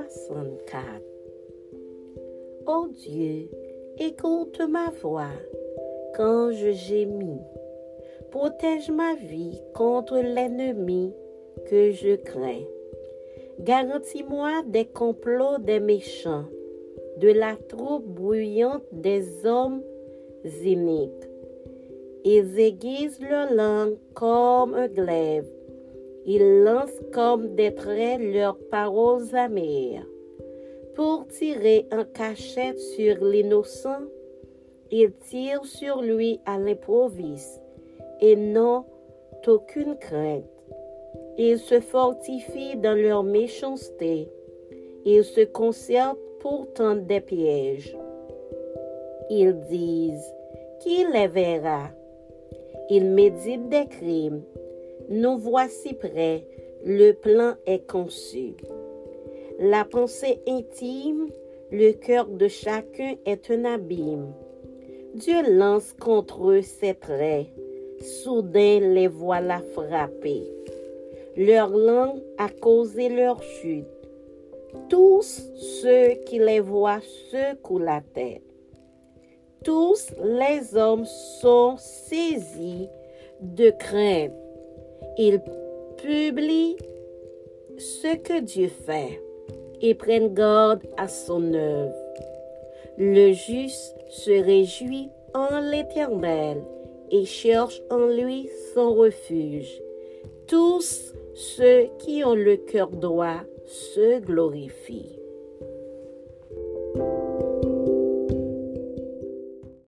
64. Ô Dieu, écoute ma voix quand je gémis. Protège ma vie contre l'ennemi que je crains. Garantis-moi des complots des méchants, de la troupe bruyante des hommes iniques. Ils aiguisent leur langue comme un glaive. Ils lancent comme des traits leurs paroles amères. Pour tirer en cachette sur l'innocent, ils tirent sur lui à l'improviste et n'ont aucune crainte. Ils se fortifient dans leur méchanceté. Ils se concertent pour tendre des pièges. Ils disent, qui les verra? Ils méditent des crimes. Nous voici prêts, le plan est conçu. La pensée intime, le cœur de chacun est un abîme. Dieu lance contre eux ses traits, soudain les voilà frappés. Leur langue a causé leur chute. Tous ceux qui les voient secouent la tête. Tous les hommes sont saisis de crainte. Ils publient ce que Dieu fait et prennent garde à son œuvre. Le juste se réjouit en l'Éternel et cherche en lui son refuge. Tous ceux qui ont le cœur droit se glorifient.